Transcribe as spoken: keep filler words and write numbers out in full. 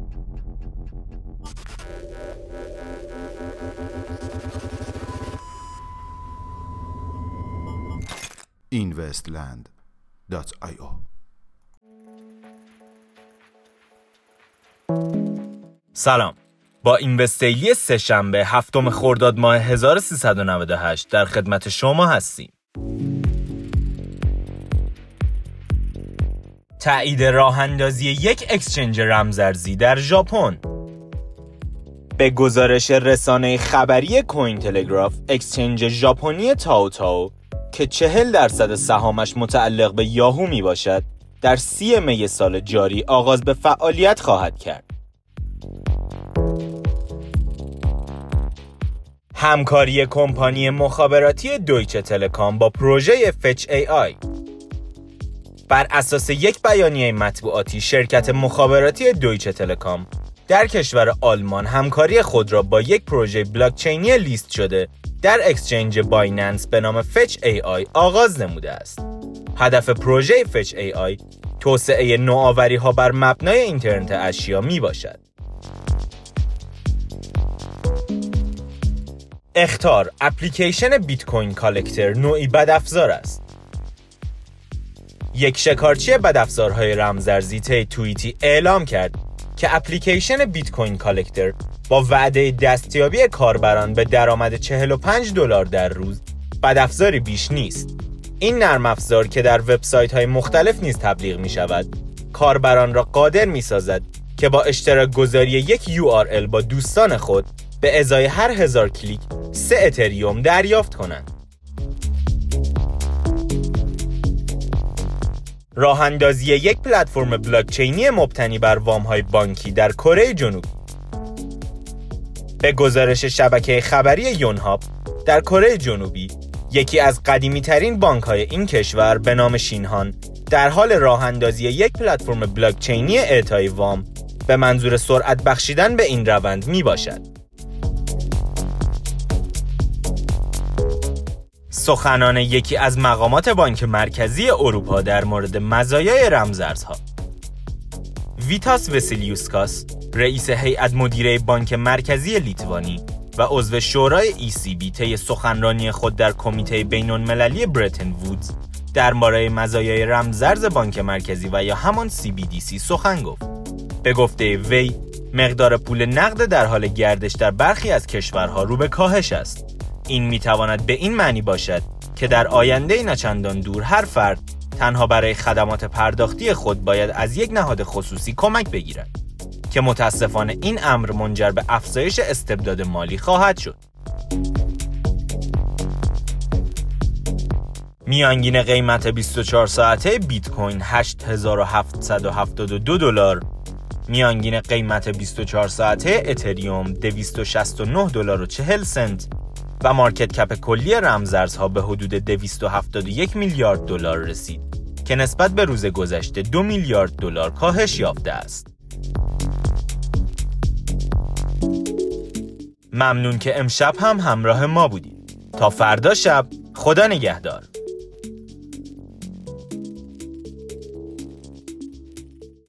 اینوستلند دات آی او. سلام. با اینوستیلی سه شنبه هفتم خرداد ماه هزار و سیصد و نود و هشت در خدمت شما هستیم. تایید راه اندازی یک اکسچنج رمزارزی در ژاپن. به گزارش رسانه خبری کوین تلگراف، اکسچنج ژاپنی تاو تاو که چهل درصد سهامش متعلق به یاهو می باشد، در سی می سال جاری آغاز به فعالیت خواهد کرد. همکاری کمپانی مخابراتی دویچه تلکام با پروژه فچ ای آی. بر اساس یک بیانیه مطبوعاتی، شرکت مخابراتی دویچه تلکام در کشور آلمان همکاری خود را با یک پروژه بلاکچینی لیست شده در اکسچنج بایننس به نام فچ ای آی آغاز نموده است. هدف پروژه فچ ای آی توسعه نوآوری‌ها بر مبنای اینترنت اشیا می باشد. اخطار: اپلیکیشن بیت کوین کالکتر نوعی بدافزار است. یک شکارچی بدافزارهای رمزارزی طی توییتی اعلام کرد که اپلیکیشن بیت کوین کالکتر با وعده دستیابی کاربران به درآمد چهل و پنج دلار در روز بدافزاری بیش نیست. این نرم افزار که در وبسایت‌های مختلف نیز تبلیغ می‌شود، کاربران را قادر می‌سازد که با اشتراک گذاری یک یو آر ال با دوستان خود به ازای هر هزار کلیک سه اتریوم دریافت کنند. راه اندازی یک پلتفرم بلاکچینی مبتنی بر وام‌های بانکی در کره جنوبی. به گزارش شبکه خبری یونهاپ، در کره جنوبی یکی از قدیمی‌ترین بانک‌های این کشور به نام شینهان در حال راه اندازی یک پلتفرم بلاکچینی اعطای وام به منظور سرعت بخشیدن به این روند میباشد. سخنان یکی از مقامات بانک مرکزی اروپا در مورد مزایای رمزارزها. ویتاس وسیلیوسکاس، رئیس هیئت مدیره بانک مرکزی لیتوانی و عضو شورای ای سی بی، طی سخنرانی خود در کمیته بین‌المللی برتن وودز درباره مزایای رمزارز بانک مرکزی و یا همان سی بی دی سی سخن گفت. به گفته وی، مقدار پول نقد در حال گردش در برخی از کشورها رو به کاهش است. این میتواند به این معنی باشد که در آینده نچندان دور هر فرد تنها برای خدمات پرداختی خود باید از یک نهاد خصوصی کمک بگیرد که متاسفانه این امر منجر به افزایش استبداد مالی خواهد شد. میانگین قیمت بیست و چهار ساعته بیت کوین هشت هزار و هفتصد و هفتاد و دو دلار، میانگین قیمت بیست و چهار ساعته اتریوم دویست و شصت و نه دلار و چهل سنت و مارکت کپ کلی رمزارزها به حدود دویست و هفتاد و یک میلیارد دلار رسید که نسبت به روز گذشته دو میلیارد دلار کاهش یافته است. ممنون که امشب هم همراه ما بودید. تا فردا شب، خدا نگهدار.